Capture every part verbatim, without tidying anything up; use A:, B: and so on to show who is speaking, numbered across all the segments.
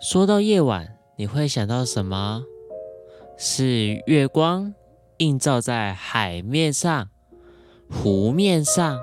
A: 说到夜晚，你会想到什么？是月光映照在海面上、湖面上，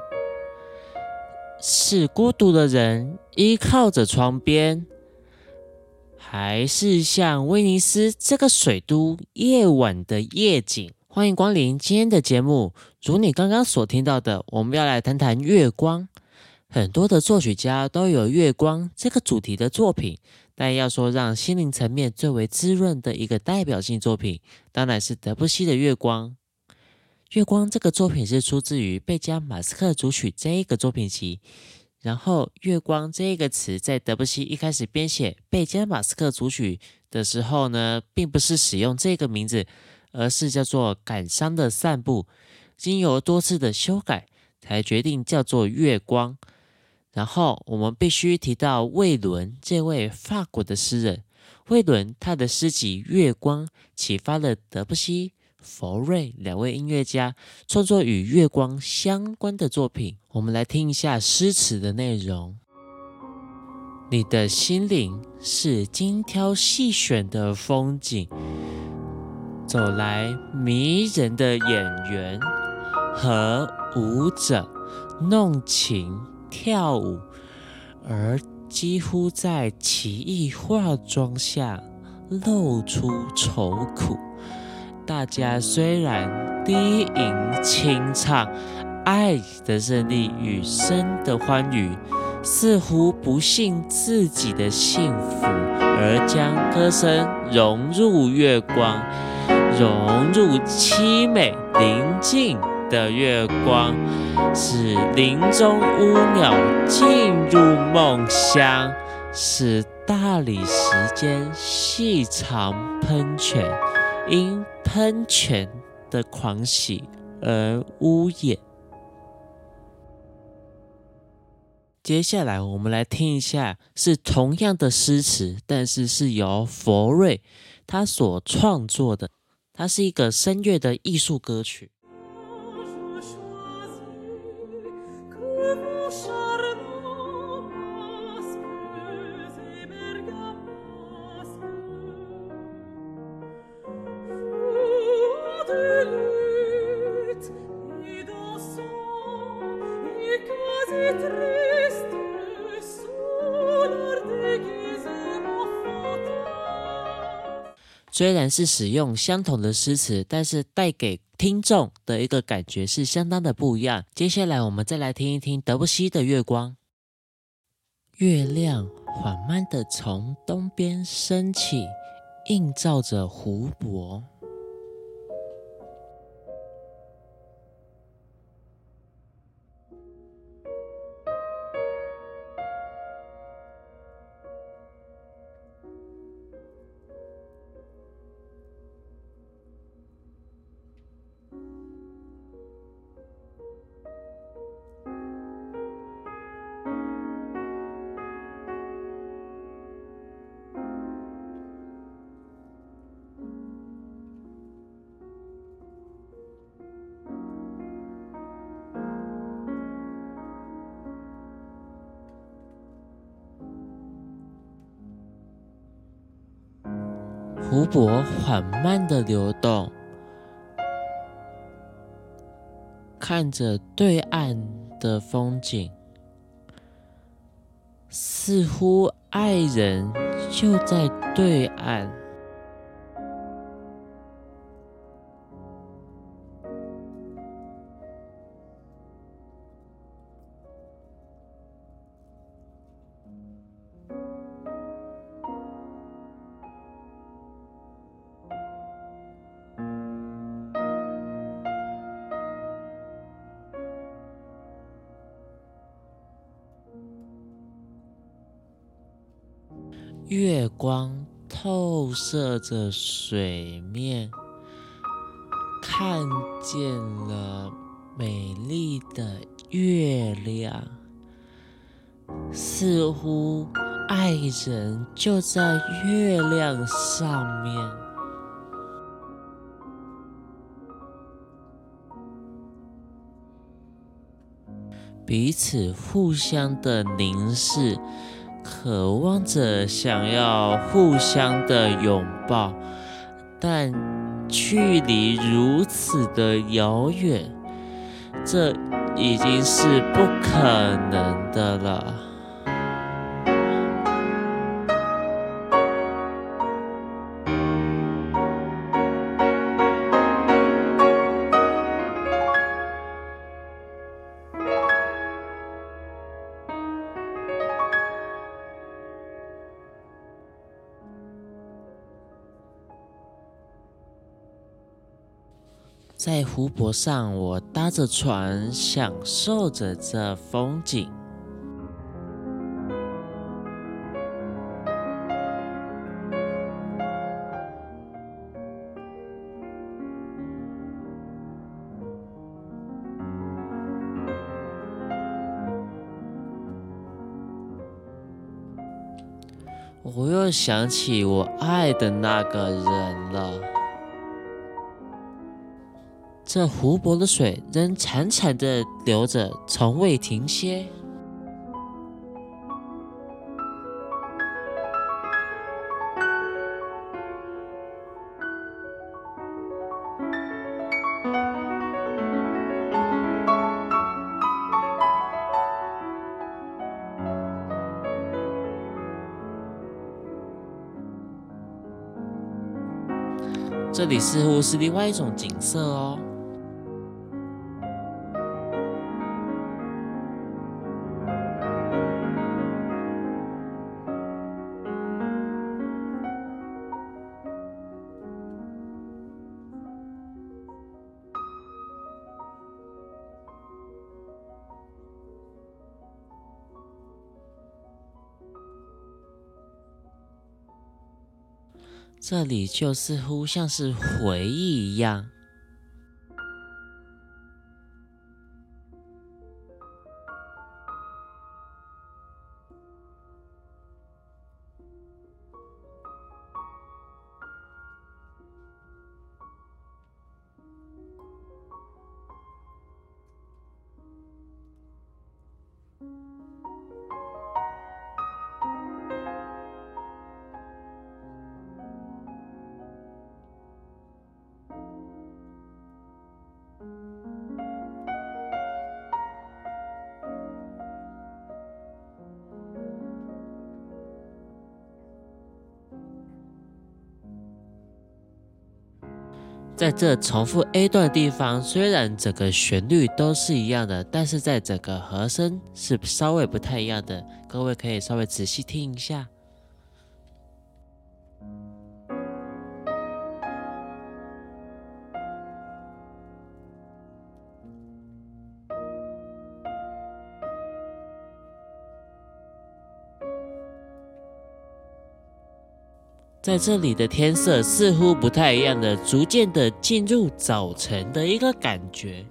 A: 是孤独的人依靠着窗边，还是像威尼斯这个水都夜晚的夜景？欢迎光临今天的节目。如你刚刚所听到的，我们要来谈谈月光。很多的作曲家都有月光这个主题的作品，但要说让心灵层面最为滋润的一个代表性作品，当然是德布西的月光。月光这个作品是出自于贝加马斯克组曲这一个作品集，然后月光这一个词在德布西一开始编写贝加马斯克组曲的时候呢，并不是使用这个名字，而是叫做感伤的散步，经由多次的修改才决定叫做月光。然后我们必须提到魏伦这位法国的诗人。魏伦他的诗集《月光》启发了德布西、佛瑞两位音乐家创作与月光相关的作品。我们来听一下诗词的内容。你的心灵是精挑细选的风景，走来迷人的演员和舞者弄琴跳舞，而几乎在奇异化妆下露出愁苦。大家虽然低吟轻唱，爱的胜利与生的欢愉，似乎不信自己的幸福，而将歌声融入月光，融入凄美宁静的月光，使林中乌鸟进入梦乡，使大理石间细长喷泉因喷泉的狂喜而呜咽。接下来我们来听一下，是同样的诗词，但是是由佛瑞他所创作的，它是一个声乐的艺术歌曲。虽然是使用相同的诗词，但是带给听众的一个感觉是相当的不一样。接下来我们再来听一听德布西的月光。月亮缓慢地从东边升起，映照着湖泊。湖泊缓慢地流动，看着对岸的风景，似乎爱人就在对岸。月光透射着水面，看见了美丽的月亮，似乎爱人就在月亮上面。彼此互相的凝视， 渴望着想要互相的拥抱，但距离如此的遥远，这已经是不可能的了。在湖泊上，我搭着船，享受着这风景。我又想起我爱的那个人了。这湖泊的水仍潺潺的流着，从未停歇。这里似乎是另外一种景色哦。这里就似乎像是回忆一样。在这重复 A 段的地方，虽然整个旋律都是一样的，但是在整个和声是稍微不太一样的，各位可以稍微仔细听一下。在这里的天色似乎不太一样的，逐渐的进入早晨的一个感觉。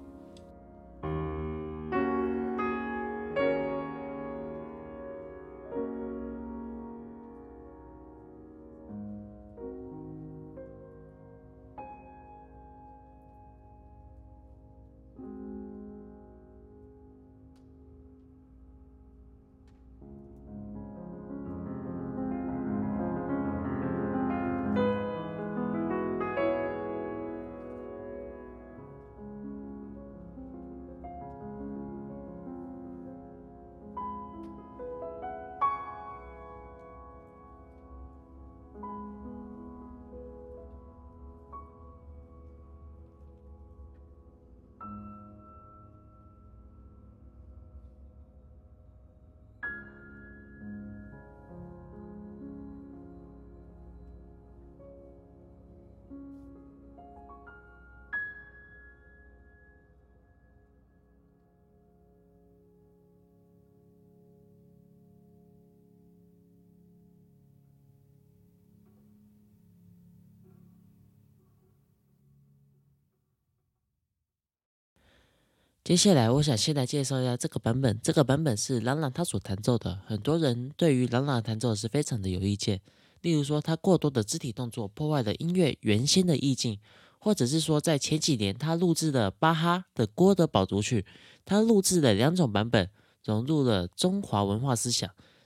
A: 接下来，我想先来介绍一下这个版本。这个版本是朗朗他所弹奏的。很多人对于朗朗弹奏是非常的有意见，例如说他过多的肢体动作破坏了音乐原先的意境，或者是说在前几年他录制了巴哈的《郭德宝组曲》，他录制了两种版本，融入了中华文化思想，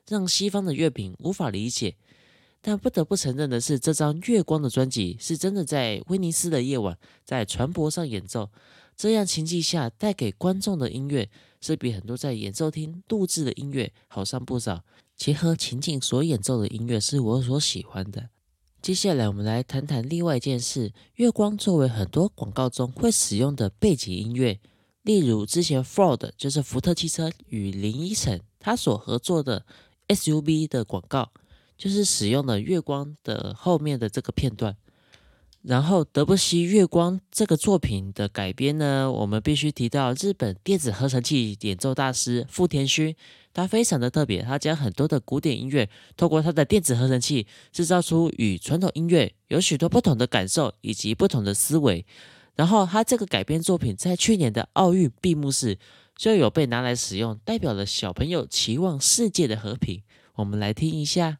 A: 让西方的乐评无法理解。但不得不承认的是，这张月光的专辑是真的在威尼斯的夜晚，在船舶上演奏，这样情境下带给观众的音乐，是比很多在演奏厅录制的音乐好上不少。结合情境所演奏的音乐是我所喜欢的。接下来我们来谈谈另外一件事，月光作为很多广告中会使用的背景音乐，例如之前 Ford 就是福特汽车与林依晨他所合作的 S U V 的广告，就是使用了月光的后面的这个片段。然后德布西月光这个作品的改编呢，我们必须提到日本电子合成器演奏大师富田勋，他非常的特别，他将很多的古典音乐透过他的电子合成器制造出与传统音乐有许多不同的感受以及不同的思维。然后他这个改编作品在去年的奥运闭幕式就有被拿来使用，代表了小朋友期望世界的和平。我们来听一下。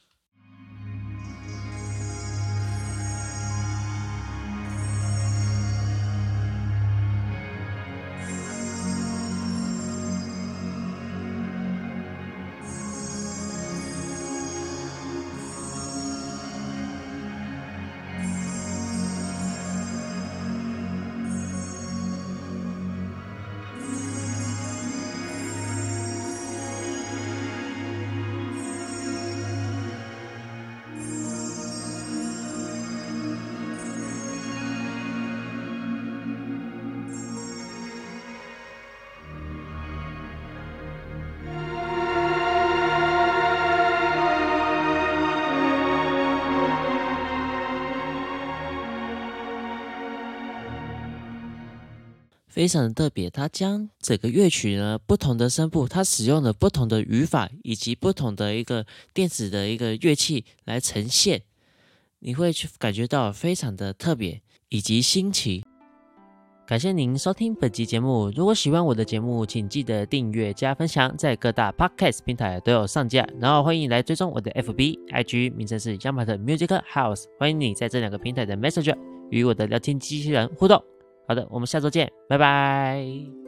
A: 非常的特别，它将整个乐曲呢不同的声部，它使用了不同的语法以及不同的一个电子的一个乐器来呈现，你会去感觉到非常的特别以及新奇。感谢您收听本集节目，如果喜欢我的节目，请记得订阅加分享，在各大 podcast 平台都有上架，然后欢迎来追踪我的 F B、I G， 名称是 Yamato Music House， 欢迎你在这两个平台的 Messenger 与我的聊天机器人互动。好的，我们下周见，拜拜。